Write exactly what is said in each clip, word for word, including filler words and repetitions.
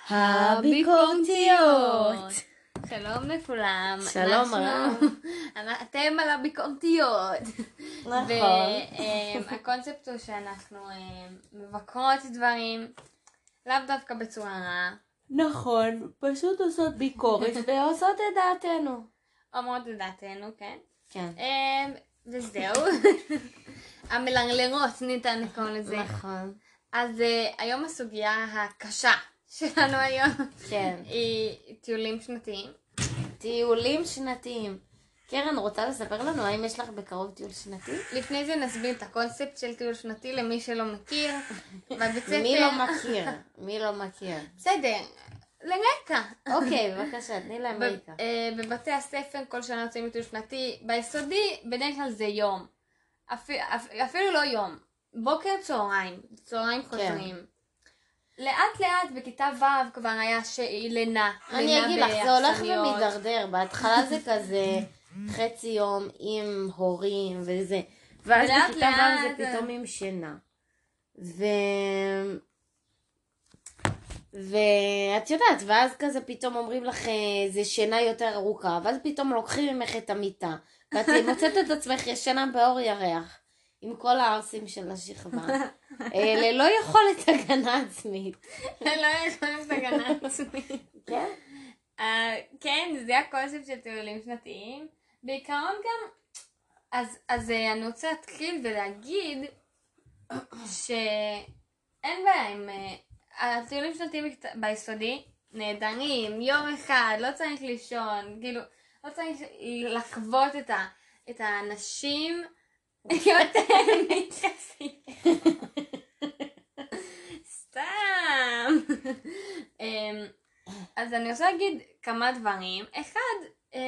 הביקורתיות. שלום לכולם. שלום רב. אתם על הביקורתיות. נכון. והקונספט הוא שאנחנו מבקרות דברים, לאו דווקא בצורה רעה. נכון, פשוט עושות ביקורת ועושות את דעתנו. אומרות את דעתנו, כן. כן. וזהו. המלרלרות ניתן לקרוא לזה. נכון. אז היום הסוגיה הקשה שלנו היום כן. היא טיולים שנתיים. טיולים שנתיים. קרן, רוצה לספר לנו האם יש לך בקרוב טיול שנתי? לפני זה נסביר את הקונספט של טיול שנתי למי שלא מכיר. בבית ספר... מי לא מכיר? מי לא מכיר? בסדר, לרקע. אוקיי, בבקשה, תני להם רקע. בבתי הספר כל שנה יוצאים טיול שנתי. ביסודי בדרך כלל זה יום. אפילו לא יום. בוקר צהריים. צהריים חוזרים. לאט לאט בכיתה ו' כבר היה לינה. אני אגיד לך, זה הולך ומדרדר. בהתחלה זה כזה חצי יום עם הורים וזה. ואז בכיתה ו' זה פתאום עם שינה. ו... ואת יודעת, ואז כזה פתאום אומרים לך, זה שינה יותר ארוכה. ואז פתאום לוקחים ממך את המיטה. ואת מוצאת את עצמך ישנה באור ירח. עם כל הערסים של השכבה. ללא יכולת הגנה עצמית. ללא יכולת הגנה עצמית. כן? כן, זה הקונספט של טיולים שנתיים. בעיקרון גם, אז אני רוצה להתחיל ולהגיד שאין בעיה עם הטיולים שנתיים ביסודי, נהדרים, יום אחד, לא צריך לישון, כאילו, לא צריך לחוות את האנשים, יותר מתחסים. סתם. אז אני רוצה להגיד כמה דברים. אחד,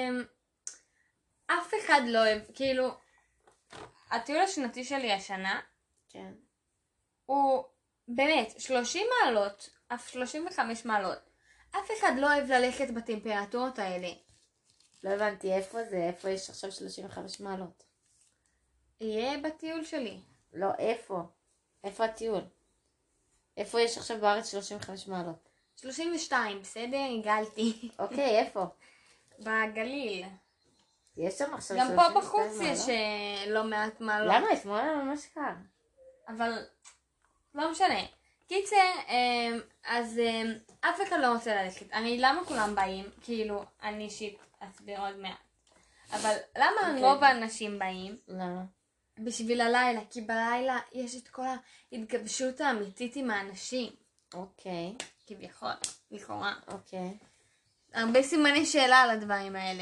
אף אחד לא אוהב, כאילו, הטיול השנתי שלי השנה, כן. הוא באמת שלושים מעלות, אף שלושים וחמש מעלות. אף אחד לא אוהב ללכת בטמפרטורות האלה. לא הבנתי, איפה זה? איפה יש עכשיו שלושים וחמש מעלות? יהיה בטיול שלי. לא, איפה? איפה הטיול? איפה יש עכשיו בארץ שלושים וחמש מעלות? שלושים ושתיים, בסדר? הגלתי. אוקיי, איפה? בגליל. יש שם עכשיו גם שלושים ושתיים מעלות? פה בחוץ יש לא מעט מעלות. למה? אתמול היה ממש קר. אבל לא משנה. קיצר, אז אף אחד לא רוצה ללכת. אני, למה כולם באים? כאילו, אני אישית אסביר עוד מעט. אבל למה רוב האנשים באים? למה? בשביל הלילה, כי בלילה יש את כל ההתגבשות האמיתית עם האנשים. אוקיי. כביכול, לכאורה. אוקיי. הרבה סימני שאלה על הדברים האלה.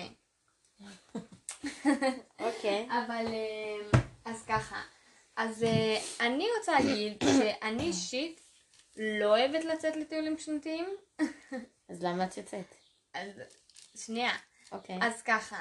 אוקיי. אבל, אז ככה. אז אני רוצה להגיד שאני אישית לא אוהבת לצאת לטיולים שנתיים. אז למה את יוצאת? אז, שנייה. אוקיי. אז ככה.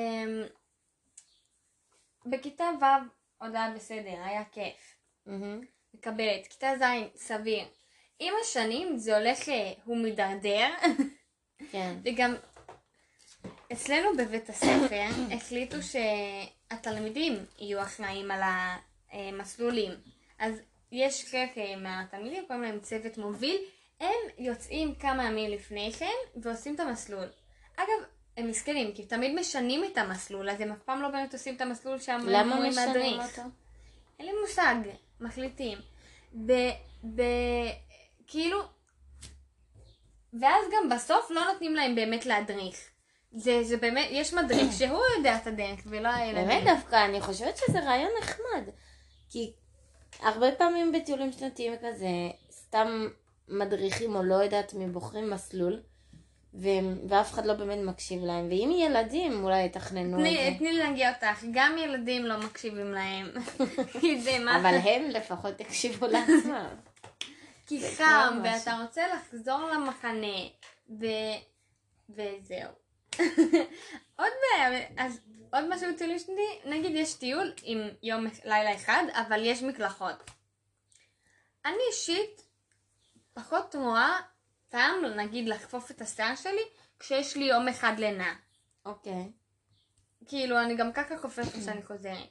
בכיתה ו' עוד היה בסדר, היה כיף. מקבלת. כיתה ז' סביר. עם השנים זה הולך, הוא מדרדר. כן. וגם אצלנו בבית הספר החליטו שהתלמידים יהיו אחראים על המסלולים. אז יש חלק מהתלמידים, קוראים להם צוות מוביל, הם יוצאים כמה ימים לפני כן ועושים את המסלול. אגב, הם מסכנים, כי תמיד משנים את המסלול, אז הם אף פעם לא באמת עושים את המסלול שם. למה משנים אותו? אין לי מושג, מחליטים. ב... ב... כאילו... ואז גם בסוף לא נותנים להם באמת להדריך. זה, זה באמת, יש מדריך שהוא יודע את הדרך ולא הילדים. באמת דווקא, אני חושבת שזה רעיון נחמד. כי הרבה פעמים בטיולים שנתיים כזה, סתם מדריכים או לא יודעת מי בוחרים מסלול, ו- ואף אחד לא באמת מקשיב להם. ואם ילדים אולי יתכננו את זה. תני לי להגיע אותך, גם ילדים לא מקשיבים להם. אבל הם לפחות יקשיבו לעצמם. כי חם, ואתה רוצה לחזור למחנה, ו... וזהו. עוד בעיה, אז עוד משהו טיול שנתי, נגיד יש טיול עם יום לילה אחד, אבל יש מקלחות. אני אישית פחות רואה טעם, נגיד, לחפוף את השיער שלי, כשיש לי יום אחד לינה. אוקיי. כאילו, אני גם ככה חופפת כשאני חוזרת.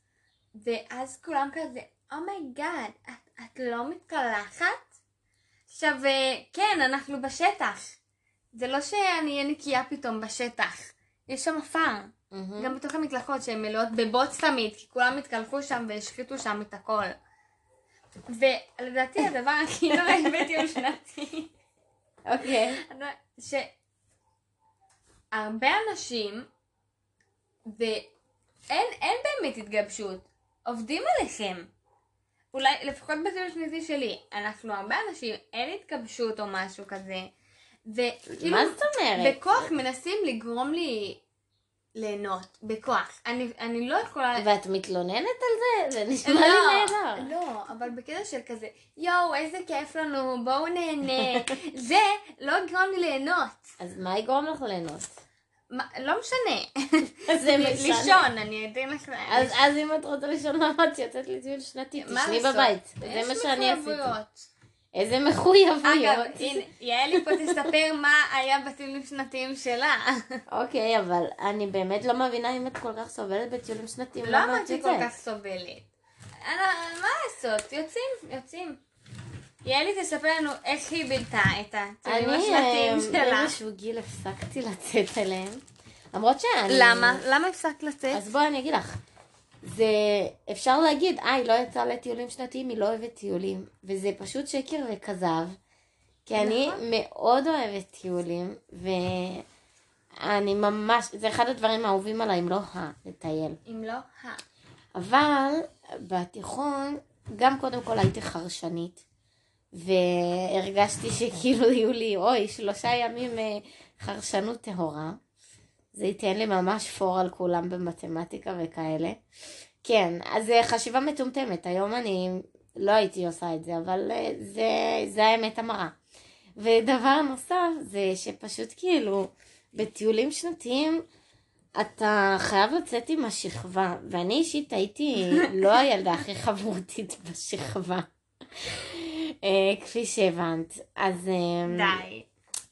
ואז כולם כזה, אומייגאד, את, את לא מתקלחת? עכשיו, כן, אנחנו בשטח. זה לא שאני אהיה נקייה פתאום בשטח. יש שם עפר. מהמם. גם בתוך המקלחות שהן מלאות בבוץ תמיד, כי כולם התקלחו שם והשחיתו שם את הכל. ולדעתי הדבר הכי נורא בטיול שנתי, אוקיי. שהרבה אנשים, ואין אין באמת התגבשות, עובדים עליכם. אולי לפחות בטיול שנתי שלי, אנחנו הרבה אנשים, אין התגבשות או משהו כזה. וכאילו, מה זאת אומרת? בכוח מנסים לגרום לי ליהנות, בכוח. אני, אני לא יכולה... ואת מתלוננת על זה? זה נשמע לי לא, נהדר. לא, אבל בקטע של כזה, יואו, איזה כיף לנו, בואו נהנה. זה לא יגרום לי ליהנות. אז מה יגרום לך ליהנות? מה, לא משנה. זה משנה. לישון, אני אתן לך... אז, אז אם את רוצה לישון למה את יוצאת לטיול שנתי, מה תשני לעשות? בבית. זה יש מה שאני עשיתי. מחויבויות. איזה מחויבויות. אגב, הנה, יעלי פה תספר מה היה בטיולים שנתיים שלה. אוקיי, אבל אני באמת לא מבינה אם את כל כך סובלת בטיולים שנתיים. לא למה את אמרתי כל יוצאת? כך סובלת. אני- מה לעשות? יוצאים, יוצאים. יעלי תספר לנו איך היא בילתה את הטיולים אני השנתיים אה, שלה. באיזשהו גיל הפסקתי לצאת אליהם. למרות שאני... למה? למה הפסקת לצאת? אז בואי אני אגיד לך. זה אפשר להגיד, אה, היא לא יצאה לטיולים שנתיים, היא לא אוהבת טיולים. וזה פשוט שקר וכזב. כי אני נכון. מאוד אוהבת טיולים, ואני ממש, זה אחד הדברים האהובים עליי, אם לא ה, לטייל. אם לא, ה. אבל בתיכון, גם קודם כל הייתי חרשנית, והרגשתי שכאילו יהיו לי, אוי, שלושה ימים אה, חרשנות טהורה. זה ייתן לי ממש פור על כולם במתמטיקה וכאלה. כן, אז זה חשיבה מטומטמת. היום אני לא הייתי עושה את זה, אבל אה, זה, זה האמת המרה. ודבר נוסף זה שפשוט כאילו בטיולים שנתיים אתה חייב לצאת עם השכבה, ואני אישית הייתי לא הילדה הכי חברותית בשכבה, אה, כפי שהבנת. אז... אה, די.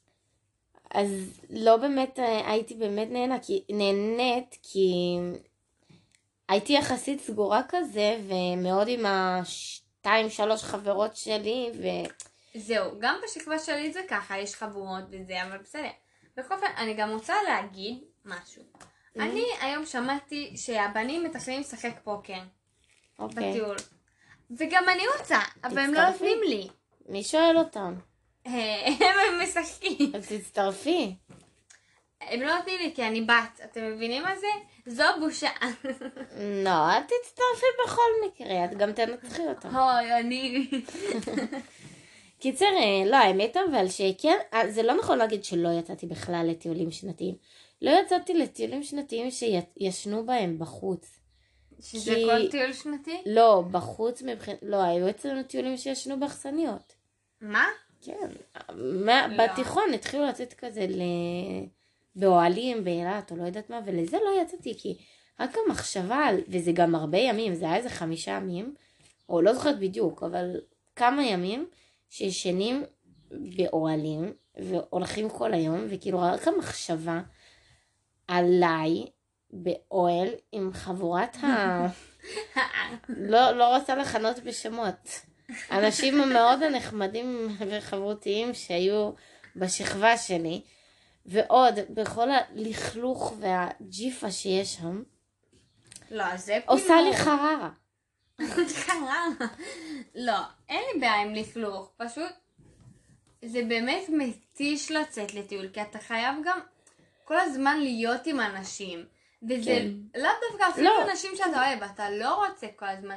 אז לא באמת, אה, הייתי באמת נהנה, כי, נהנית, כי הייתי יחסית סגורה כזה, ומאוד עם השתיים, שלוש חברות שלי, ו... זהו, גם בשכבה שלי זה ככה, יש חבורות וזה, אבל בסדר. בכל אופן, אני גם רוצה להגיד משהו. אני היום שמעתי שהבנים מתחילים לשחק פוקר אוקיי. בטיול. וגם אני רוצה, אבל הם לא תצטרפי. נותנים לי. מי שואל אותם? הם משחקים. אז תצטרפי. הם לא נותנים לי כי אני בת, אתם מבינים מה זה? זו בושה. לא, את תצטרפי בכל מקרה, את גם תנצחי אותם. אוי, אני... קיצר, אה, לא, האמת אבל שכן, אה, זה לא נכון להגיד שלא יצאתי בכלל לטיולים שנתיים. לא יצאתי לטיולים שנתיים שישנו בהם בחוץ. שזה כי- כל טיול שנתי? לא, בחוץ מבחינת, לא, היו אצלנו טיולים שישנו באכסניות. מה? כן, מה, לא. בתיכון התחילו לצאת כזה ל... באוהלים, באילת, או לא יודעת מה, ולזה לא יצאתי, כי רק המחשבה, על- וזה גם הרבה ימים, זה היה איזה חמישה ימים, או לא זוכרת בדיוק, אבל כמה ימים שישנים באוהלים, והולכים כל היום, וכאילו רק המחשבה עליי באוהל עם חבורת ה... לא, לא רוצה לכנות בשמות. אנשים המאוד הנחמדים וחברותיים שהיו בשכבה שלי, ועוד בכל הלכלוך והג'יפה שיש שם, לא, זה עושה לי חררה. חררה. לא, אין לי בעיה עם לכלוך, פשוט זה באמת מתיש לצאת לטיול, כי אתה חייב גם כל הזמן להיות עם אנשים, וזה כן. לאו דווקא אפילו לא. אנשים שאתה אוהב, אתה לא רוצה כל הזמן.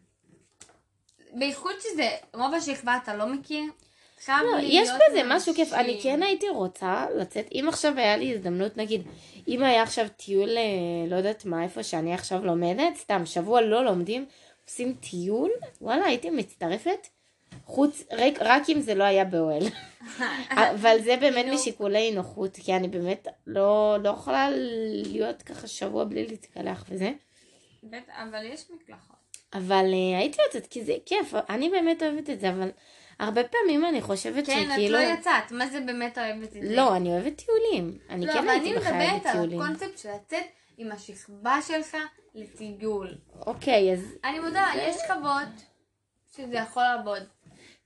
בייחוד שזה רוב השכבה אתה לא מכיר, חייב לא, להיות יש עם בזה משהו כיף. אנשים. אני כן הייתי רוצה לצאת, אם עכשיו היה לי הזדמנות, נגיד, אם היה עכשיו טיול, אה, לא יודעת מה, איפה שאני עכשיו לומדת, סתם שבוע לא לומדים, עושים טיול, וואלה, הייתי מצטרפת, חוץ, רק, רק אם זה לא היה באוהל. אבל זה באמת כאילו- משיקולי נוחות, כי אני באמת לא, לא יכולה להיות ככה שבוע בלי להתקלח וזה. בטח, אבל יש מקלחות. אבל uh, הייתי יוצאת, כי זה כיף, אני באמת אוהבת את זה, אבל הרבה פעמים אני חושבת כן, את שכאילו... לא יצאת, מה זה באמת אוהבת את זה? לא, אני אוהבת טיולים. אני לא, כן אבל הייתי אני בחיי מדברת על בטיולים. הקונספט של לצאת עם השכבה שלך לטיול. אוקיי, אז אני מודה, יש שכבות שזה יכול לעבוד.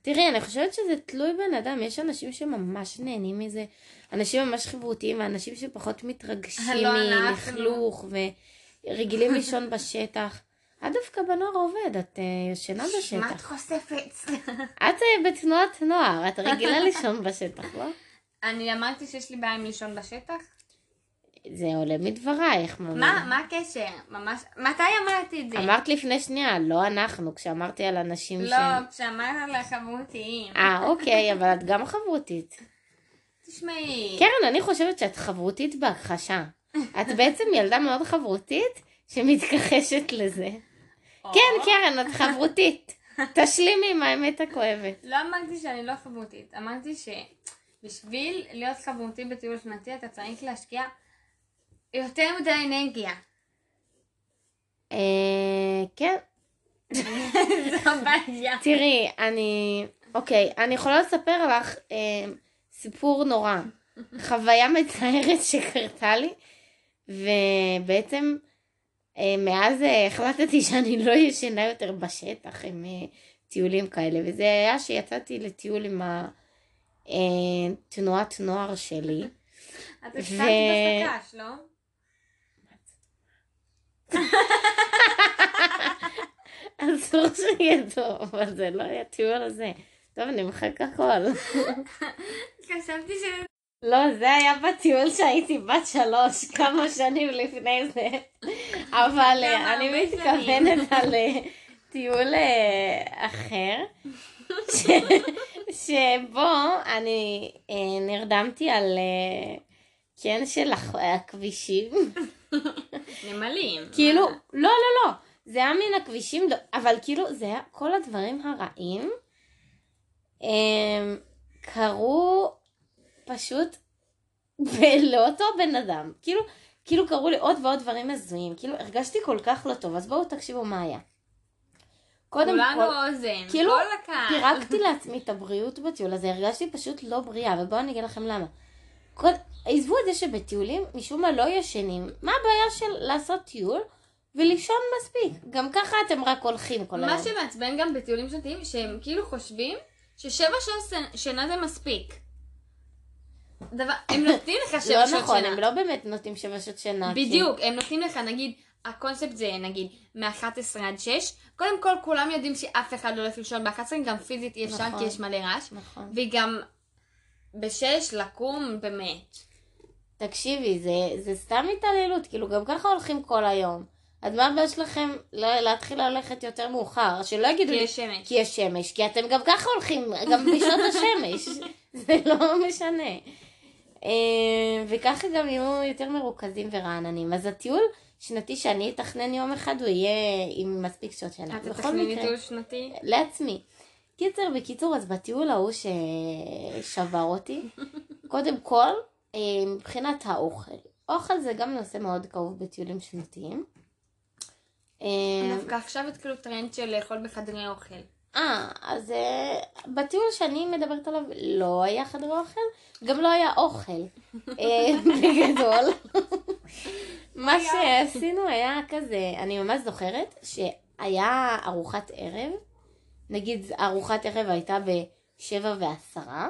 תראי, אני חושבת שזה תלוי בן אדם, יש אנשים שממש נהנים מזה, אנשים ממש חברותיים, ואנשים שפחות מתרגשים מלכלוך, ורגילים לישון בשטח. את דווקא בנוער עובד, את uh, ישנה בשטח. מה את חושפת? את uh, בתנועת נוער, את רגילה לישון בשטח, לא? אני אמרתי שיש לי בעיה עם לישון בשטח. זה עולה מדברייך. מה, מה הקשר? ממש, מתי אמרתי את זה? אמרת לפני שנייה, לא אנחנו, כשאמרתי על אנשים לא, שהם... לא, כשאמרת על החברותיים. אה, אוקיי, אבל את גם חברותית. תשמעי. קרן, אני חושבת שאת חברותית בהכחשה. את בעצם ילדה מאוד חברותית שמתכחשת לזה. כן, קרן, את חברותית. תשלימי עם האמת הכואבת. לא אמרתי שאני לא חברותית, אמרתי שבשביל להיות חברותי בטיול שנתי אתה צריך להשקיע יותר מדי אנרגיה. אה, כן. זו בעיה. תראי, אני... אוקיי, אני יכולה לספר לך אה, סיפור נורא. חוויה מצערת שקרתה לי, ובעצם אה, מאז אה, החלטתי שאני לא ישנה יותר בשטח עם אה, טיולים כאלה, וזה היה שיצאתי לטיול עם התנועת נוער שלי. את הפסקת בסקש, לא? אסור שיהיה טוב, אבל זה לא היה טיול הזה. טוב, נמחק הכל. חשבתי ש... לא, זה היה בטיול שהייתי בת שלוש, כמה שנים לפני זה. אבל אני מתכוונת על טיול אחר, שבו אני נרדמתי על כן של הכבישים. נמלים. כאילו, לא, לא, לא. זה היה מן הכבישים, אבל כאילו זה היה כל הדברים הרעים. הם קרו פשוט לאותו בן אדם. כאילו, כאילו קרו לי עוד ועוד דברים מזויים. כאילו הרגשתי כל כך לא טוב. אז בואו תקשיבו מה היה. קודם כולנו כל, אוזן, כאילו כל הקהל. פירקתי לעצמי את הבריאות בטיול הזה. הרגשתי פשוט לא בריאה. ובואו אני אגיד לכם למה. כל... עזבו את זה שבטיולים משום מה לא ישנים. מה הבעיה של לעשות טיול? ולישון מספיק. גם ככה אתם רק הולכים כל היום. מה שמעצבן גם בטיולים שנתיים, שהם כאילו חושבים ששבע שעות שינה זה מספיק. דבר, הם נותנים לך שבע שעות שינה. לא נכון, הם לא באמת נותנים שבע שעות שינה. בדיוק, הם נותנים לך, נגיד, הקונספט זה, נגיד, מ-אחת עשרה עד שש. קודם כל, כולם יודעים שאף אחד לא הולך לישון ב-אחת עשרה, גם פיזית אי אפשר, כי יש מלא רעש. נכון. וגם בשש לקום באמת. תקשיבי, זה, זה סתם התעללות, כאילו גם ככה הולכים כל היום. אז מה הבא שלכם להתחיל ללכת יותר מאוחר? שלא יגידו כי לי, יש שמש. כי יש שמש, כי אתם גם ככה הולכים, גם בשעות השמש. זה לא משנה. וככה גם יהיו יותר מרוכזים ורעננים. אז הטיול שנתי שאני אתכנן יום אחד, הוא יהיה עם מספיק שעות שינה. אתה תכנני טיול שנתי? לעצמי. קיצר, בקיצור, אז בטיול ההוא ששבר אותי, קודם כל, מבחינת האוכל. אוכל זה גם נושא מאוד כאוב בטיולים שנתיים. דווקא עכשיו התחילו טרנד של לאכול בחדרי אוכל. אה, אז בטיול שאני מדברת עליו לא היה חדרי אוכל, גם לא היה אוכל. בגדול. מה שעשינו היה כזה, אני ממש זוכרת שהיה ארוחת ערב, נגיד ארוחת ערב הייתה בשבע ועשרה,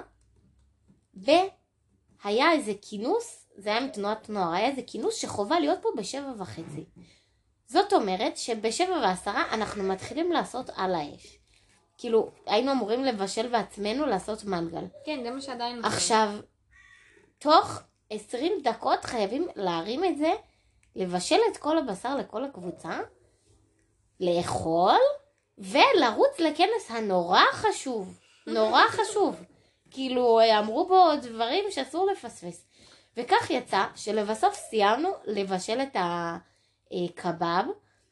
והיה איזה כינוס, זה היה מתנועת נוער, היה איזה כינוס שחובה להיות פה בשבע וחצי. זאת אומרת שבשבע ועשרה אנחנו מתחילים לעשות על האש. כאילו, היינו אמורים לבשל בעצמנו לעשות מנגל. כן, זה מה שעדיין עושים. עכשיו, תוך עשרים דקות חייבים להרים את זה, לבשל את כל הבשר לכל הקבוצה, לאכול, ולרוץ לכנס הנורא חשוב. נורא חשוב. כאילו, אמרו בו דברים שאסור לפספס. וכך יצא שלבסוף סיימנו לבשל את הקבב.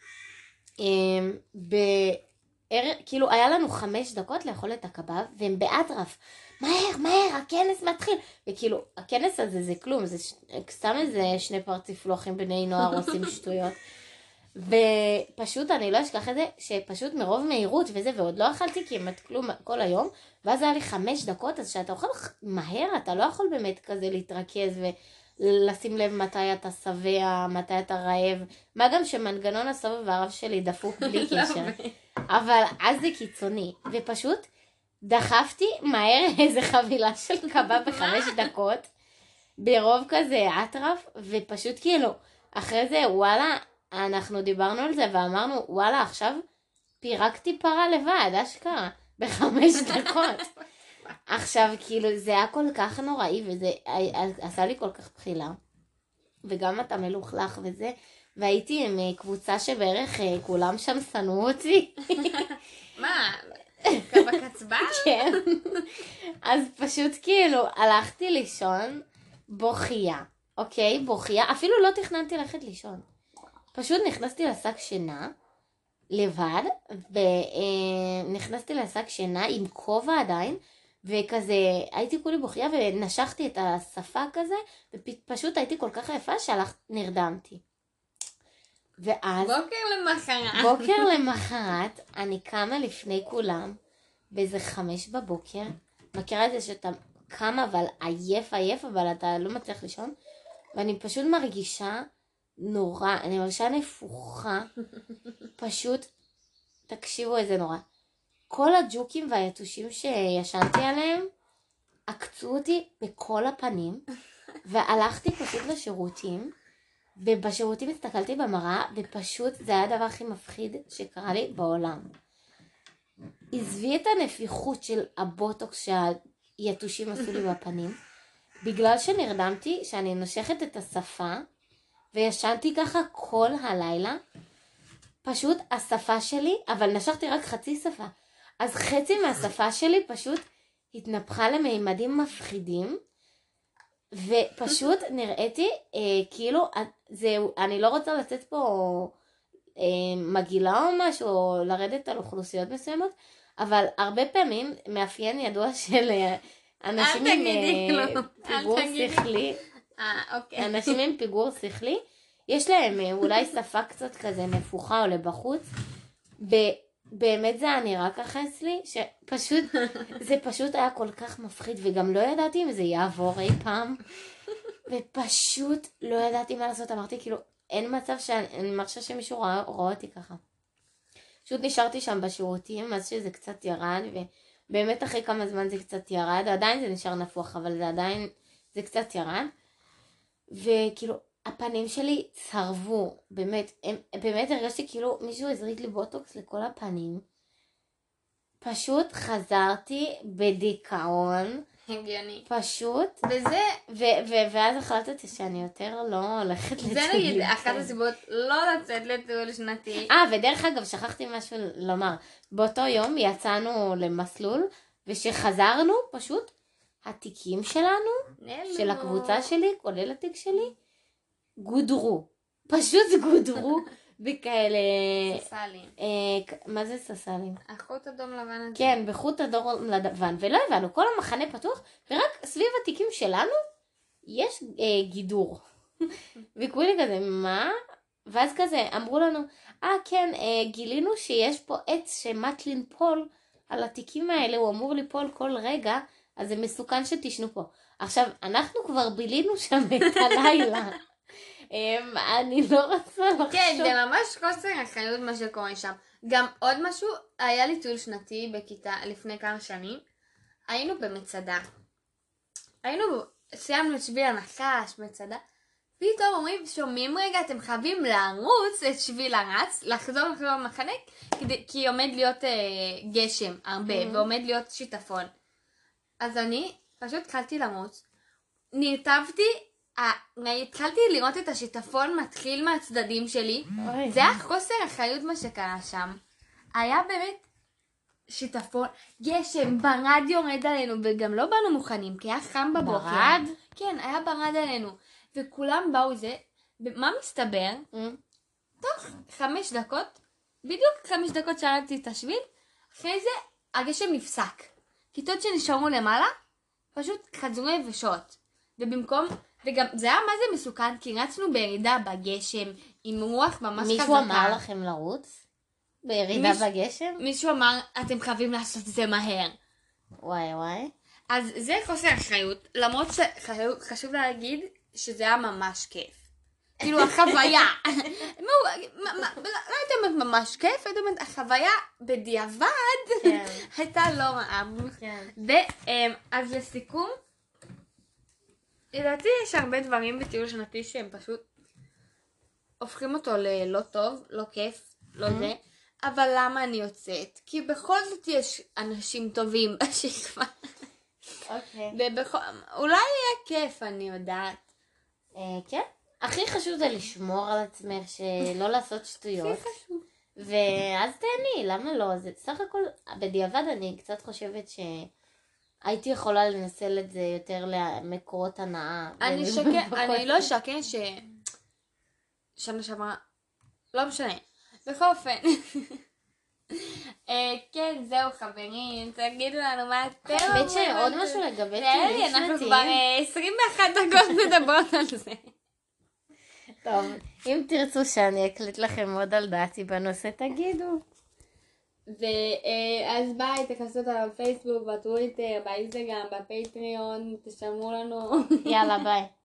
בער... כאילו, היה לנו חמש דקות לאכול את הקבב, והם באטרף. מהר, מהר, הכנס מתחיל. וכאילו, הכנס הזה זה כלום, זה ש... סתם איזה שני פרציפלוחים בני נוער עושים שטויות. ופשוט אני לא אשכח את זה, שפשוט מרוב מהירות וזה, ועוד לא אכלתי כמעט כלום כל היום, ואז היה לי חמש דקות, אז שאתה אוכל מהר, אתה לא יכול באמת כזה להתרכז ולשים לב מתי אתה שבע, מתי אתה רעב, מה גם שמנגנון הסבב והרב שלי דפוק בלי קשר. אבל אז זה קיצוני, ופשוט דחפתי מהר איזה חבילה של קבב בחמש דקות, ברוב כזה אטרף, ופשוט כאילו, אחרי זה, וואלה, אנחנו דיברנו על זה ואמרנו, וואלה, עכשיו פירקתי פרה לבד, אשכרה, בחמש דקות. עכשיו, כאילו, זה היה כל כך נוראי, וזה עשה לי כל כך בחילה. וגם אתה מלוכלך וזה, והייתי עם קבוצה שבערך כולם שם שנאו אותי. מה? בקצבה? כן. אז פשוט כאילו, הלכתי לישון בוכייה, אוקיי? בוכייה, אפילו לא תכננתי ללכת לישון. פשוט נכנסתי לשק שינה, לבד, ונכנסתי לשק שינה עם כובע עדיין, וכזה, הייתי כולי בוכייה ונשכתי את השפה כזה, ופשוט הייתי כל כך יפה שהלכת, נרדמתי. ואז... בוקר למחרת. בוקר למחרת, אני קמה לפני כולם, באיזה חמש בבוקר, מכירה את זה שאתה קמה אבל עייף עייף, אבל אתה לא מצליח לישון, ואני פשוט מרגישה נורא, אני מרגישה נפוחה, פשוט, תקשיבו איזה נורא. כל הג'וקים והיתושים שישנתי עליהם, עקצו אותי בכל הפנים, והלכתי פשוט לשירותים, ובשירותים הסתכלתי במראה, ופשוט זה היה הדבר הכי מפחיד שקרה לי בעולם. עזבי את הנפיחות של הבוטוקס שהיתושים עשו לי בפנים, בגלל שנרדמתי שאני נושכת את השפה, וישנתי ככה כל הלילה, פשוט השפה שלי, אבל נשכתי רק חצי שפה, אז חצי מהשפה שלי פשוט התנפחה למימדים מפחידים, ופשוט נראיתי אה, כאילו, זהו, אני לא רוצה לצאת פה אה, מגילה או משהו, או לרדת על אוכלוסיות מסוימות, אבל הרבה פעמים מאפיין ידוע של אה, אנשים עם אה, פיגור שכלי, אה, אוקיי. אנשים עם פיגור שכלי, יש להם אה, אולי שפה קצת כזה נפוחה או לבחוץ, ב... באמת זה היה נראה ככה אצלי, שפשוט, זה פשוט היה כל כך מפחיד, וגם לא ידעתי אם זה יעבור אי פעם, ופשוט לא ידעתי מה לעשות, אמרתי כאילו, אין מצב שאני מרשה שמישהו רואה, רואה אותי ככה. פשוט נשארתי שם בשירותים, אז שזה קצת ירד, ובאמת אחרי כמה זמן זה קצת ירד, עדיין זה נשאר נפוח, אבל זה עדיין, זה קצת ירד, וכאילו, הפנים שלי צרבו, באמת, הם, באמת הרגשתי כאילו מישהו הזריק לי בוטוקס לכל הפנים. פשוט חזרתי בדיכאון. הגיוני. פשוט. וזה... ו- ו- ואז החלטתי שאני יותר לא הולכת לטיולים. זה נגיד אחת הסיבות לא לצאת לטיול שנתי. אה, ודרך אגב, שכחתי משהו לומר. באותו יום יצאנו למסלול, ושחזרנו פשוט, התיקים שלנו, נלו. של הקבוצה שלי, כולל התיק שלי, גודרו, פשוט גודרו בכאלה... ססלים. אה, מה זה ססלים? החוט אדום לבן הזה. כן, בחוט אדום לבן, ולא הבנו, כל המחנה פתוח, ורק סביב התיקים שלנו יש אה, גידור. וכולי כזה, מה? ואז כזה אמרו לנו, אה כן, אה, גילינו שיש פה עץ שמט לנפול על התיקים האלה, הוא אמור ליפול כל רגע, אז זה מסוכן שתשנו פה. עכשיו, אנחנו כבר בילינו שם את הלילה. אני לא רוצה לחשוב. כן, זה ממש חוסר אחריות מה שקורה שם. גם עוד משהו, היה לי טיול שנתי בכיתה לפני כמה שנים. היינו במצדה. היינו, סיימנו את שביל הנחש, מצדה. פתאום אומרים, שומעים רגע, אתם חייבים לרוץ את שביל הרץ, לחזור לחזור למחנה, כדי, כי עומד להיות אה, גשם הרבה, mm-hmm. ועומד להיות שיטפון. אז אני פשוט התחלתי לרוץ, נרטבתי, התחלתי לראות את השיטפון מתחיל מהצדדים שלי. זה היה חוסר אחריות מה שקרה שם. היה באמת שיטפון, גשם, ברד יורד עלינו, וגם לא באנו מוכנים, כי היה חם בבוקר. ברד? כן, היה ברד עלינו. וכולם באו זה, ומה מסתבר? תוך חמש דקות, בדיוק חמש דקות שרדתי את השביל, אחרי זה הגשם נפסק. כיתות שנשארו למעלה, פשוט חזרו יבשות. ובמקום... וגם זה היה מה זה מסוכן, כי רצנו בירידה בגשם, עם רוח ממש חזקה. מישהו אמר לכם לרוץ? בירידה מיש... בגשם? מישהו אמר, אתם חייבים לעשות את זה מהר. וואי וואי. אז זה חוסר אחריות, למרות שחשוב להגיד שזה היה ממש כיף. כאילו החוויה. לא הייתה ממש כיף, הייתה החוויה בדיעבד, כן. הייתה לא רעה. כן. אז לסיכום, לדעתי יש הרבה דברים בטיול שנתי שהם פשוט הופכים אותו ללא טוב, לא כיף, לא זה. אבל למה אני יוצאת? כי בכל זאת יש אנשים טובים בשכבה. אוקיי. אולי יהיה כיף, אני יודעת. כן. הכי חשוב זה לשמור על עצמך, שלא לעשות שטויות. הכי חשוב. ואז תהני, למה לא? זה סך הכל, בדיעבד אני קצת חושבת שהייתי יכולה לנסל את זה יותר למקורות הנאה. אני שקן, אני לא שקן ש... שנה שעברה, לא משנה. בכל אופן. כן, זהו חברים, תגידו לנו מה אתם אומרים. האמת שעוד משהו לגבי טיולים שנתיים. אנחנו כבר עשרים ואחת דקות מדברות על זה. טוב, אם תרצו שאני אקליט לכם עוד על דעתי בנושא, תגידו. אז ביי, תכנסו אותנו בפייסבוק, בטוויטר, באינסטגרם, בפטריון, תשלמו לנו. יאללה, ביי.